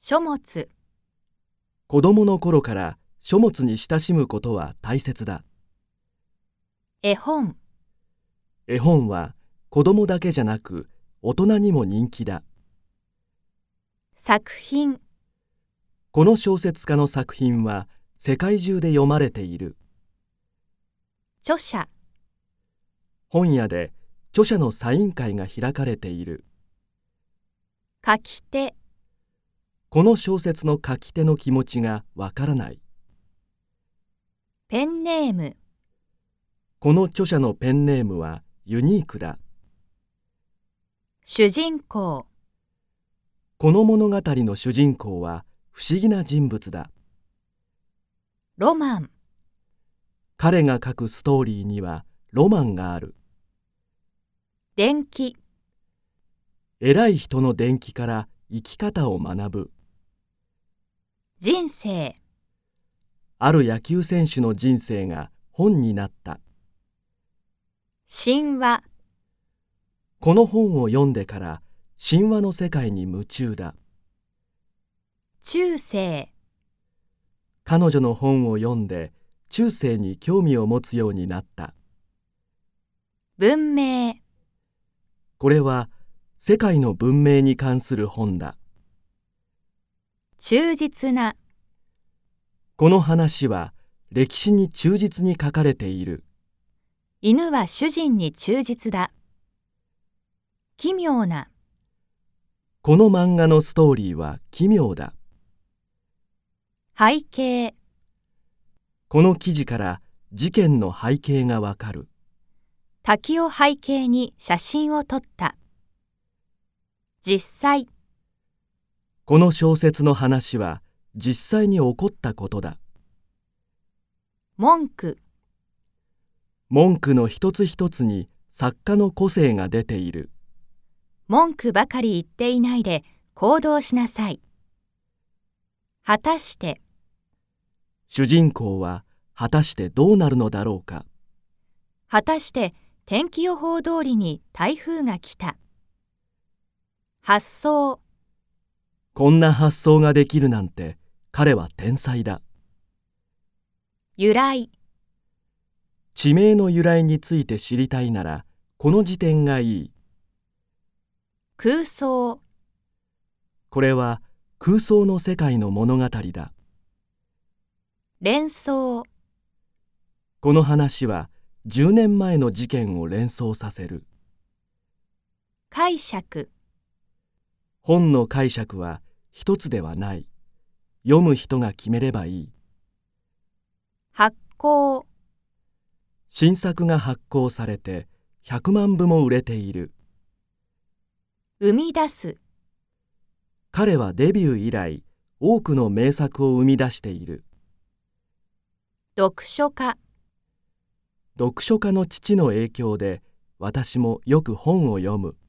書物。 子供の頃から書物に親しむことは大切だ。 絵本。 絵本は子供だけじゃなく大人にも人気だ。 作品。 この小説家の作品は世界中で読まれている。 著者。 本屋で著者のサイン会が開かれている。 書き手。 この小説の書き手の気持ちがわからない。 ペンネーム。 この著者のペンネームはユニークだ。 主人公。 この物語の主人公は不思議な人物だ。 ロマン。 彼が書くストーリーにはロマンがある。 伝記。 偉い人の伝記から生き方を学ぶ。 人生。 ある野球選手の人生が本になった。 神話。 この本を読んでから神話の世界に夢中だ。 中世。 彼女の本を読んで中世に興味を持つようになった。 文明。 これは世界の文明に関する本だ。 忠実な。 この話は歴史に忠実に書かれている。 犬は主人に忠実だ。奇妙な。 この漫画のストーリーは奇妙だ。 背景。 この記事から事件の背景がわかる。 滝を背景に写真を撮った。実際。 この小説の話は実際に起こったことだ。 文句。 文句の一つ一つに作家の個性が出ている。 文句ばかり言っていないで行動しなさい。果たして。 主人公は果たしてどうなるのだろうか。 果たして天気予報通りに台風が来た。発想。 こんな発想ができるなんて彼は天才だ。 由来。 地名の由来について知りたいならこの辞典がいい。 空想。 これは空想の世界の物語だ。 連想。 この話は10年前の事件を連想させる。 解釈。 本の解釈は一つではない。読む人が決めればいい。 発行。 新作が発行されて100万部も売れている。 生み出す。 彼はデビュー以来多くの名作を生み出している。 読書家。 読書家の父の影響で私もよく本を読む。